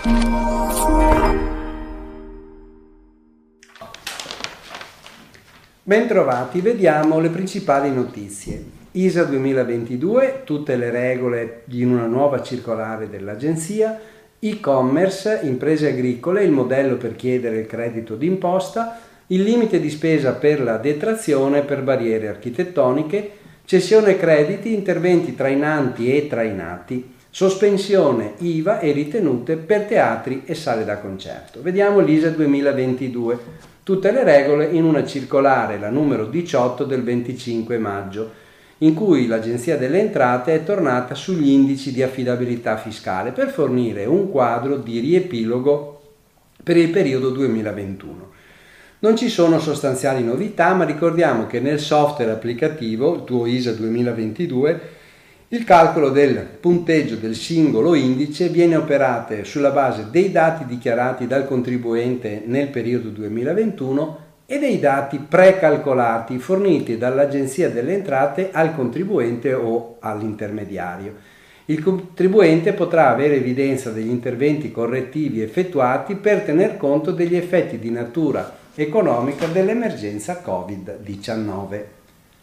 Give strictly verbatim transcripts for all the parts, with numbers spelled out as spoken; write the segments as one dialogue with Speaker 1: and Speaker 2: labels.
Speaker 1: Bentrovati, vediamo le principali notizie. I S A duemilaventidue, tutte le regole di una nuova circolare dell'agenzia, e-commerce, imprese agricole, il modello per chiedere il credito d'imposta, il limite di spesa per la detrazione per barriere architettoniche, cessione crediti, interventi trainanti e trainati, sospensione I V A e ritenute per teatri e sale da concerto. Vediamo l'I S A duemilaventidue, tutte le regole in una circolare, la numero diciotto del venticinque maggio, in cui l'Agenzia delle Entrate è tornata sugli indici di affidabilità fiscale per fornire un quadro di riepilogo per il periodo duemilaventuno. Non ci sono sostanziali novità, ma ricordiamo che nel software applicativo, il tuo I S A duemilaventidue, il calcolo del punteggio del singolo indice viene operato sulla base dei dati dichiarati dal contribuente nel periodo duemilaventuno e dei dati precalcolati forniti dall'Agenzia delle Entrate al contribuente o all'intermediario. Il contribuente potrà avere evidenza degli interventi correttivi effettuati per tener conto degli effetti di natura economica dell'emergenza covid diciannove.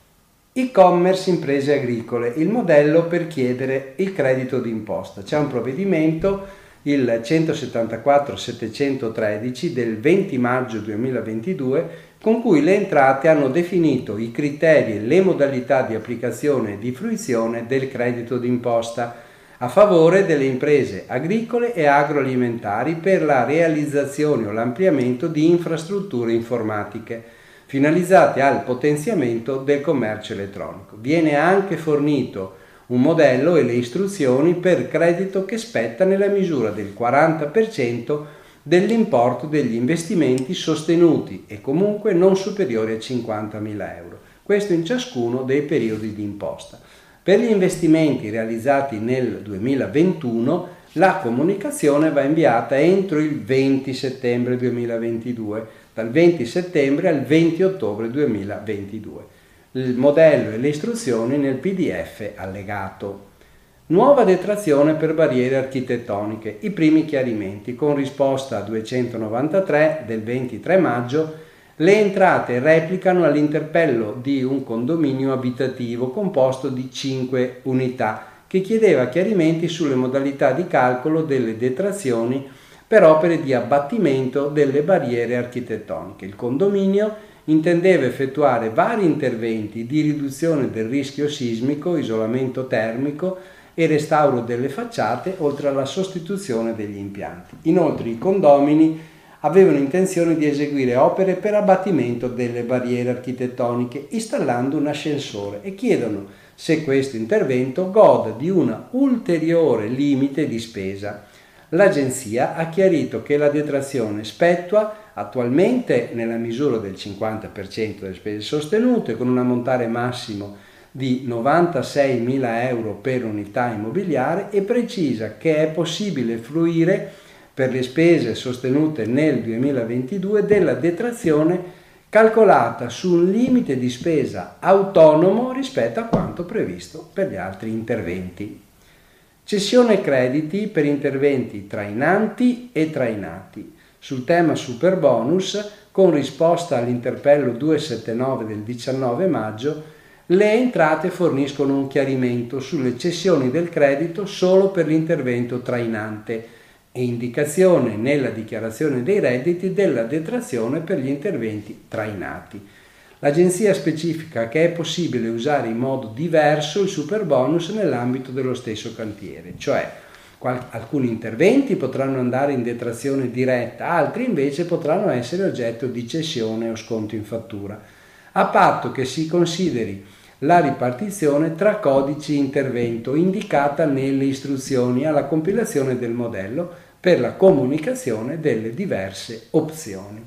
Speaker 1: E-commerce, imprese agricole, il modello per chiedere il credito d'imposta. C'è un provvedimento, il centosettantaquattro settecentotredici del venti maggio duemilaventidue, con cui le entrate hanno definito i criteri e le modalità di applicazione e di fruizione del credito d'imposta a favore delle imprese agricole e agroalimentari per la realizzazione o l'ampliamento di infrastrutture informatiche finalizzate al potenziamento del commercio elettronico. Viene anche fornito un modello e le istruzioni per credito che spetta nella misura del quaranta per cento dell'importo degli investimenti sostenuti e comunque non superiori a cinquantamila euro. Questo in ciascuno dei periodi di imposta. Per gli investimenti realizzati nel duemilaventuno, la comunicazione va inviata entro il venti settembre duemilaventidue, dal venti settembre al venti ottobre duemilaventidue. Il modello e le istruzioni nel P D F allegato. Nuova detrazione per barriere architettoniche. I primi chiarimenti. Con risposta duecentonovantatré del ventitré maggio, le entrate replicano all'interpello di un condominio abitativo composto di cinque unità che chiedeva chiarimenti sulle modalità di calcolo delle detrazioni per opere di abbattimento delle barriere architettoniche. Il condominio intendeva effettuare vari interventi di riduzione del rischio sismico, isolamento termico e restauro delle facciate, oltre alla sostituzione degli impianti. Inoltre i condomini avevano intenzione di eseguire opere per abbattimento delle barriere architettoniche installando un ascensore e chiedono se questo intervento goda di un ulteriore limite di spesa. L'Agenzia ha chiarito che la detrazione spettua attualmente nella misura del cinquanta per cento delle spese sostenute con un ammontare massimo di novantaseimila euro per unità immobiliare e precisa che è possibile fruire per le spese sostenute nel duemilaventidue della detrazione calcolata su un limite di spesa autonomo rispetto a quanto previsto per gli altri interventi. Cessione crediti per interventi trainanti e trainati. Sul tema Superbonus, con risposta all'interpello duecentosettantanove del diciannove maggio, le entrate forniscono un chiarimento sulle cessioni del credito solo per l'intervento trainante e indicazione nella dichiarazione dei redditi della detrazione per gli interventi trainati. L'Agenzia specifica che è possibile usare in modo diverso il Superbonus nell'ambito dello stesso cantiere, cioè qual- alcuni interventi potranno andare in detrazione diretta, altri invece potranno essere oggetto di cessione o sconto in fattura, a patto che si consideri la ripartizione tra codici intervento indicata nelle istruzioni alla compilazione del modello per la comunicazione delle diverse opzioni.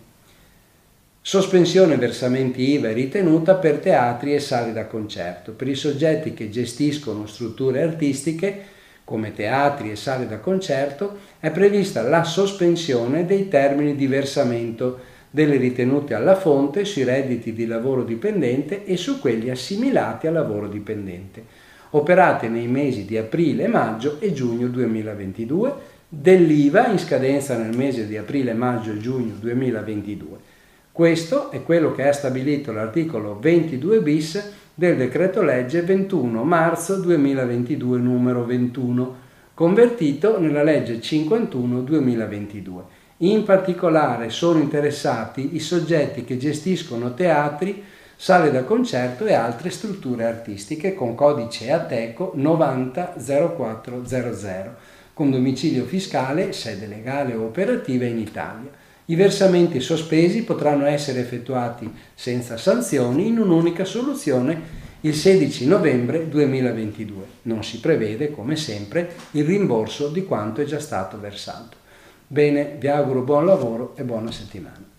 Speaker 1: Sospensione versamenti I V A ritenuta per teatri e sale da concerto. Per i soggetti che gestiscono strutture artistiche, come teatri e sale da concerto, è prevista la sospensione dei termini di versamento delle ritenute alla fonte sui redditi di lavoro dipendente e su quelli assimilati al lavoro dipendente, operate nei mesi di aprile, maggio e giugno duemilaventidue, dell'I V A in scadenza nel mese di aprile, maggio e giugno duemilaventidue. Questo è quello che ha stabilito l'articolo ventidue bis del decreto legge ventuno marzo duemilaventidue numero ventuno, convertito nella legge cinquantuno duemilaventidue. In particolare sono interessati i soggetti che gestiscono teatri, sale da concerto e altre strutture artistiche con codice ATECO novanta zero quattro zero zero, con domicilio fiscale, sede legale o operativa in Italia. I versamenti sospesi potranno essere effettuati senza sanzioni in un'unica soluzione il sedici novembre duemilaventidue. Non si prevede, come sempre, il rimborso di quanto è già stato versato. Bene, vi auguro buon lavoro e buona settimana.